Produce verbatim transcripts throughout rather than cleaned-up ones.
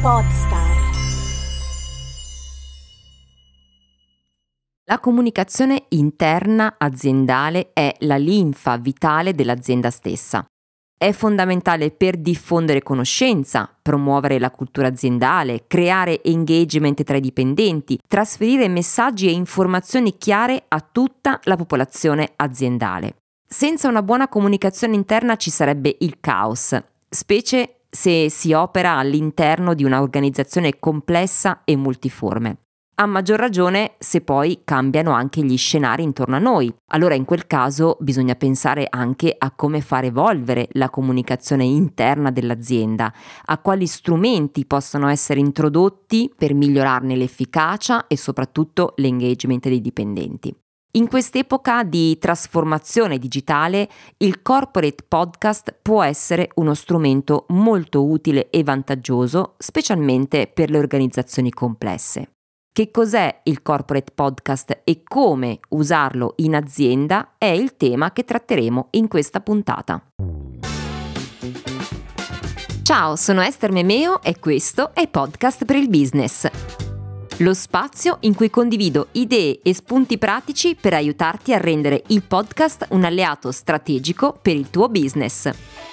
Podstar. La comunicazione interna aziendale è la linfa vitale dell'azienda stessa. È fondamentale per diffondere conoscenza, promuovere la cultura aziendale, creare engagement tra i dipendenti, trasferire messaggi e informazioni chiare a tutta la popolazione aziendale. Senza una buona comunicazione interna ci sarebbe il caos, specie se si opera all'interno di un'organizzazione complessa e multiforme. A maggior ragione se poi cambiano anche gli scenari intorno a noi. Allora in quel caso bisogna pensare anche a come far evolvere la comunicazione interna dell'azienda, a quali strumenti possono essere introdotti per migliorarne l'efficacia e soprattutto l'engagement dei dipendenti. In quest'epoca di trasformazione digitale, il corporate podcast può essere uno strumento molto utile e vantaggioso, specialmente per le organizzazioni complesse. Che cos'è il corporate podcast e come usarlo in azienda è il tema che tratteremo in questa puntata. Ciao, sono Ester Memeo e questo è Podcast per il Business. Lo spazio in cui condivido idee e spunti pratici per aiutarti a rendere il podcast un alleato strategico per il tuo business.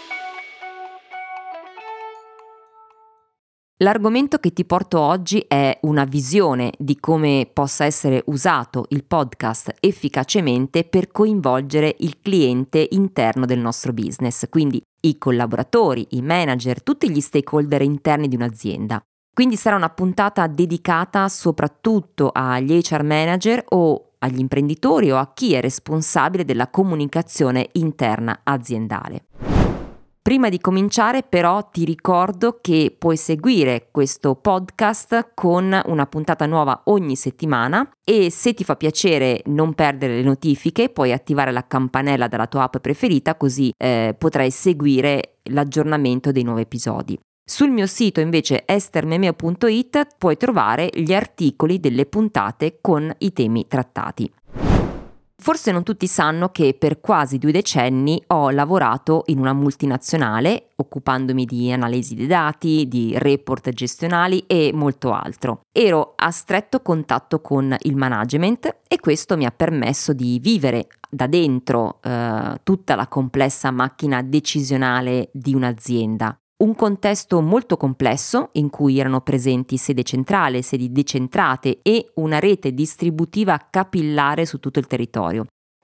L'argomento che ti porto oggi è una visione di come possa essere usato il podcast efficacemente per coinvolgere il cliente interno del nostro business, quindi i collaboratori, i manager, tutti gli stakeholder interni di un'azienda. Quindi sarà una puntata dedicata soprattutto agli H R manager o agli imprenditori o a chi è responsabile della comunicazione interna aziendale. Prima di cominciare però ti ricordo che puoi seguire questo podcast con una puntata nuova ogni settimana e se ti fa piacere non perdere le notifiche puoi attivare la campanella dalla tua app preferita così eh, potrai seguire l'aggiornamento dei nuovi episodi. Sul mio sito invece ester memeo punto it puoi trovare gli articoli delle puntate con i temi trattati. Forse non tutti sanno che per quasi due decenni ho lavorato in una multinazionale, occupandomi di analisi dei dati, di report gestionali e molto altro. Ero a stretto contatto con il management e questo mi ha permesso di vivere da dentro eh, tutta la complessa macchina decisionale di un'azienda. Un contesto molto complesso in cui erano presenti sede centrale, sedi decentrate e una rete distributiva capillare su tutto il territorio.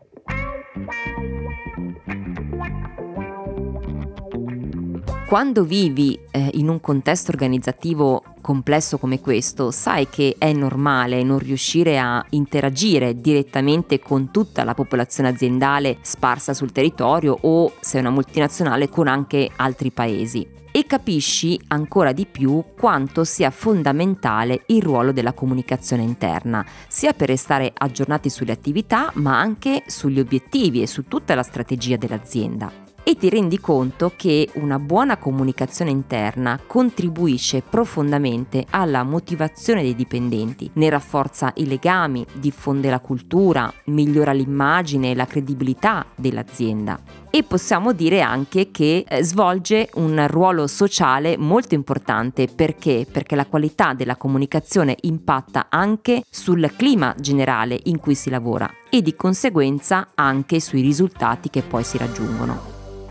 Quando vivi eh, in un contesto organizzativo complesso come questo, sai che è normale non riuscire a interagire direttamente con tutta la popolazione aziendale sparsa sul territorio o, se è una multinazionale, con anche altri paesi. E capisci ancora di più quanto sia fondamentale il ruolo della comunicazione interna, sia per restare aggiornati sulle attività, ma anche sugli obiettivi e su tutta la strategia dell'azienda. E ti rendi conto che una buona comunicazione interna contribuisce profondamente alla motivazione dei dipendenti, ne rafforza i legami, diffonde la cultura, migliora l'immagine e la credibilità dell'azienda. E possiamo dire anche che eh, svolge un ruolo sociale molto importante. Perché? Perché la qualità della comunicazione impatta anche sul clima generale in cui si lavora e di conseguenza anche sui risultati che poi si raggiungono.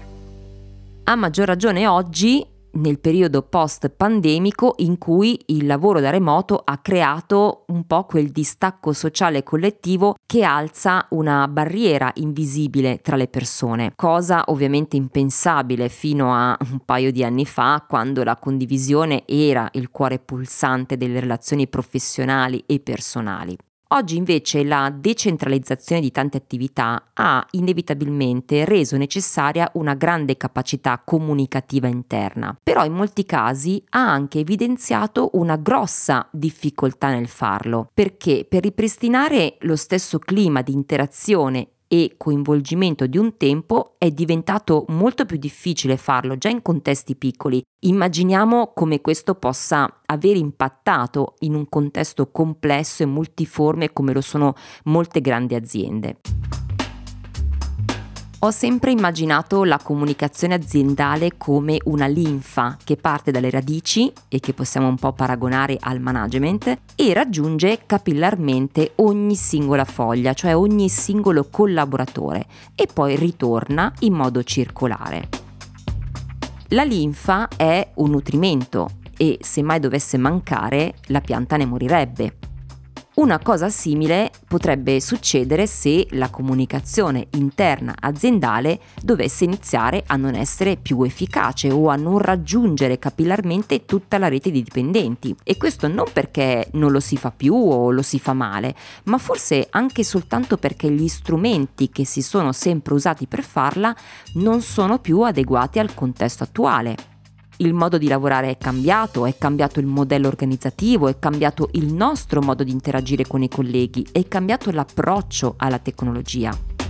A maggior ragione oggi, nel periodo post-pandemico in cui il lavoro da remoto ha creato un po' quel distacco sociale collettivo che alza una barriera invisibile tra le persone, cosa ovviamente impensabile fino a un paio di anni fa, quando la condivisione era il cuore pulsante delle relazioni professionali e personali. Oggi invece la decentralizzazione di tante attività ha inevitabilmente reso necessaria una grande capacità comunicativa interna, però in molti casi ha anche evidenziato una grossa difficoltà nel farlo, perché per ripristinare lo stesso clima di interazione e coinvolgimento di un tempo è diventato molto più difficile farlo già in contesti piccoli. Immaginiamo come questo possa aver impattato in un contesto complesso e multiforme come lo sono molte grandi aziende. Ho sempre immaginato la comunicazione aziendale come una linfa che parte dalle radici e che possiamo un po' paragonare al management e raggiunge capillarmente ogni singola foglia, cioè ogni singolo collaboratore, e poi ritorna in modo circolare. La linfa è un nutrimento e se mai dovesse mancare la pianta ne morirebbe. Una cosa simile potrebbe succedere se la comunicazione interna aziendale dovesse iniziare a non essere più efficace o a non raggiungere capillarmente tutta la rete di dipendenti. E questo non perché non lo si fa più o lo si fa male, ma forse anche soltanto perché gli strumenti che si sono sempre usati per farla non sono più adeguati al contesto attuale. Il modo di lavorare è cambiato, è cambiato il modello organizzativo, è cambiato il nostro modo di interagire con i colleghi, è cambiato l'approccio alla tecnologia.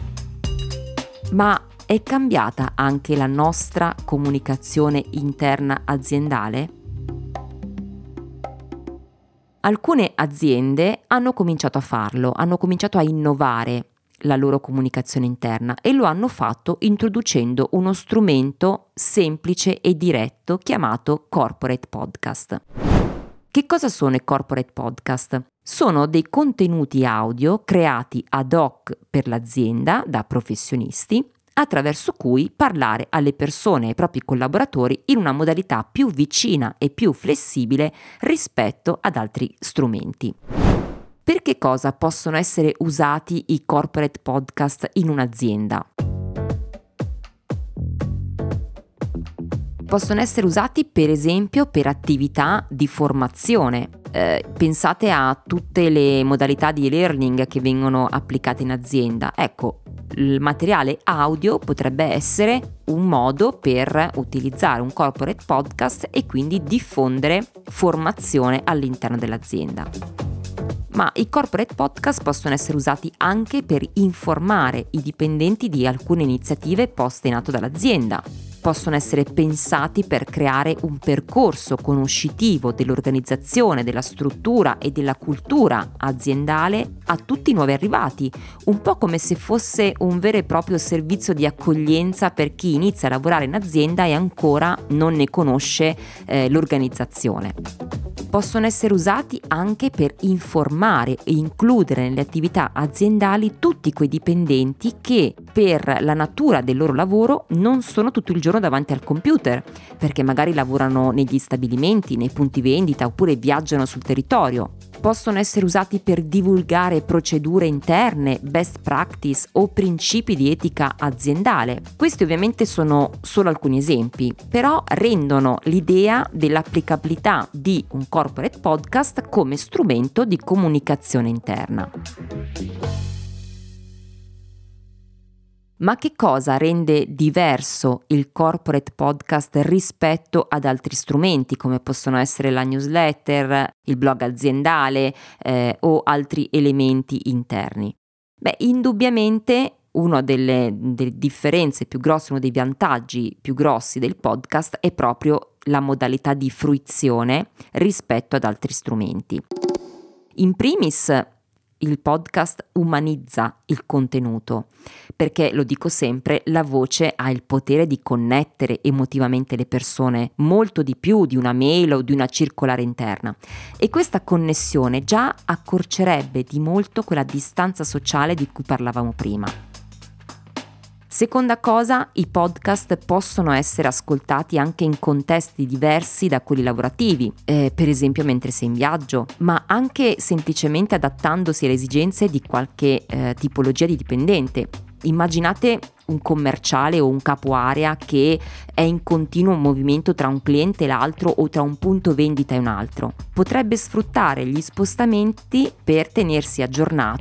Ma è cambiata anche la nostra comunicazione interna aziendale? Alcune aziende hanno cominciato a farlo, hanno cominciato a innovare la loro comunicazione interna e lo hanno fatto introducendo uno strumento semplice e diretto chiamato Corporate Podcast. Che cosa sono i Corporate Podcast? Sono dei contenuti audio creati ad hoc per l'azienda da professionisti, attraverso cui parlare alle persone e ai propri collaboratori in una modalità più vicina e più flessibile rispetto ad altri strumenti. Per che cosa possono essere usati i corporate podcast in un'azienda? Possono essere usati per esempio per attività di formazione. Eh, pensate a tutte le modalità di e-learning che vengono applicate in azienda. Ecco, il materiale audio potrebbe essere un modo per utilizzare un corporate podcast e quindi diffondere formazione all'interno dell'azienda. Ma i corporate podcast possono essere usati anche per informare i dipendenti di alcune iniziative poste in atto dall'azienda. Possono essere pensati per creare un percorso conoscitivo dell'organizzazione, della struttura e della cultura aziendale a tutti i nuovi arrivati, un po' come se fosse un vero e proprio servizio di accoglienza per chi inizia a lavorare in azienda e ancora non ne conosce eh, l'organizzazione. Possono essere usati anche per informare e includere nelle attività aziendali tutti quei dipendenti che per la natura del loro lavoro non sono tutto il giorno davanti al computer, perché magari lavorano negli stabilimenti, nei punti vendita oppure viaggiano sul territorio. Possono essere usati per divulgare procedure interne, best practice o principi di etica aziendale. Questi ovviamente sono solo alcuni esempi, però rendono l'idea dell'applicabilità di un corporate podcast come strumento di comunicazione interna. Ma che cosa rende diverso il corporate podcast rispetto ad altri strumenti come possono essere la newsletter, il blog aziendale eh, o altri elementi interni? Beh, indubbiamente una delle, delle differenze più grosse, uno dei vantaggi più grossi del podcast è proprio la modalità di fruizione rispetto ad altri strumenti. In primis, il podcast umanizza il contenuto, perché, lo dico sempre, la voce ha il potere di connettere emotivamente le persone molto di più di una mail o di una circolare interna, e questa connessione già accorcerebbe di molto quella distanza sociale di cui parlavamo prima. Seconda cosa, i podcast possono essere ascoltati anche in contesti diversi da quelli lavorativi, eh, per esempio mentre sei in viaggio, ma anche semplicemente adattandosi alle esigenze di qualche eh, tipologia di dipendente. Immaginate un commerciale o un capo area che è in continuo movimento tra un cliente e l'altro o tra un punto vendita e un altro. Potrebbe sfruttare gli spostamenti per tenersi aggiornato